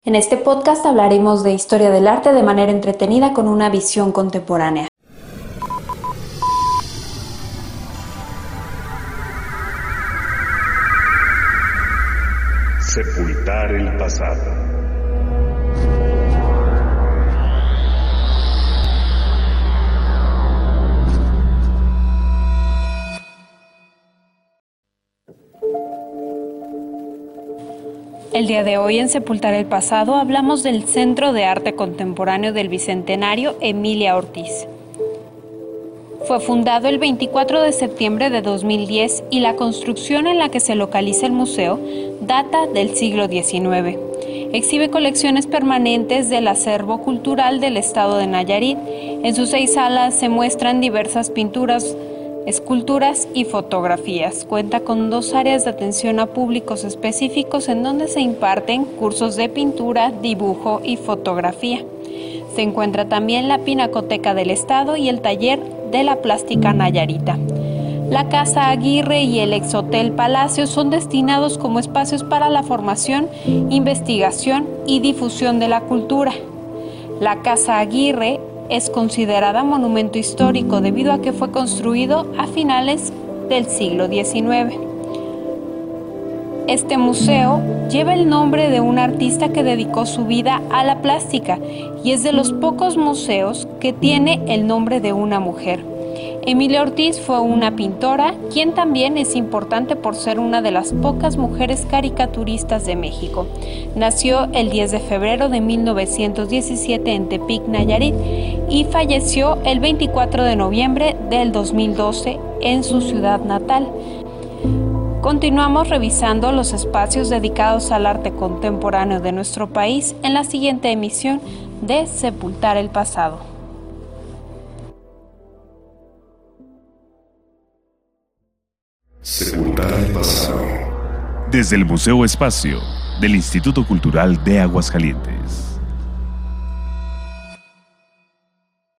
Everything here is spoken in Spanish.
En este podcast hablaremos de historia del arte de manera entretenida con una visión contemporánea. Sepultar el pasado. El día de hoy en Sepultar el Pasado hablamos del Centro de Arte Contemporáneo del Bicentenario Emilia Ortiz. Fue fundado el 24 de septiembre de 2010 y la construcción en la que se localiza el museo data del siglo XIX. Exhibe colecciones permanentes del acervo cultural del estado de Nayarit. En sus 6 salas se muestran diversas pinturas, esculturas y fotografías. Cuenta con 2 áreas de atención a públicos específicos en donde se imparten cursos de pintura, dibujo y fotografía. Se encuentra también la Pinacoteca del Estado y el taller de la plástica nayarita. La Casa Aguirre y el Exhotel Palacio son destinados como espacios para la formación, investigación y difusión de la cultura. La Casa Aguirre es considerada monumento histórico debido a que fue construido a finales del siglo XIX. Este museo lleva el nombre de un artista que dedicó su vida a la plástica y es de los pocos museos que tiene el nombre de una mujer. Emilia Ortiz fue una pintora, quien también es importante por ser una de las pocas mujeres caricaturistas de México. Nació el 10 de febrero de 1917 en Tepic, Nayarit, y falleció el 24 de noviembre del 2012 en su ciudad natal. Continuamos revisando los espacios dedicados al arte contemporáneo de nuestro país en la siguiente emisión de Sepultar el Pasado. Sepultar el pasado. Desde el Museo Espacio del Instituto Cultural de Aguascalientes.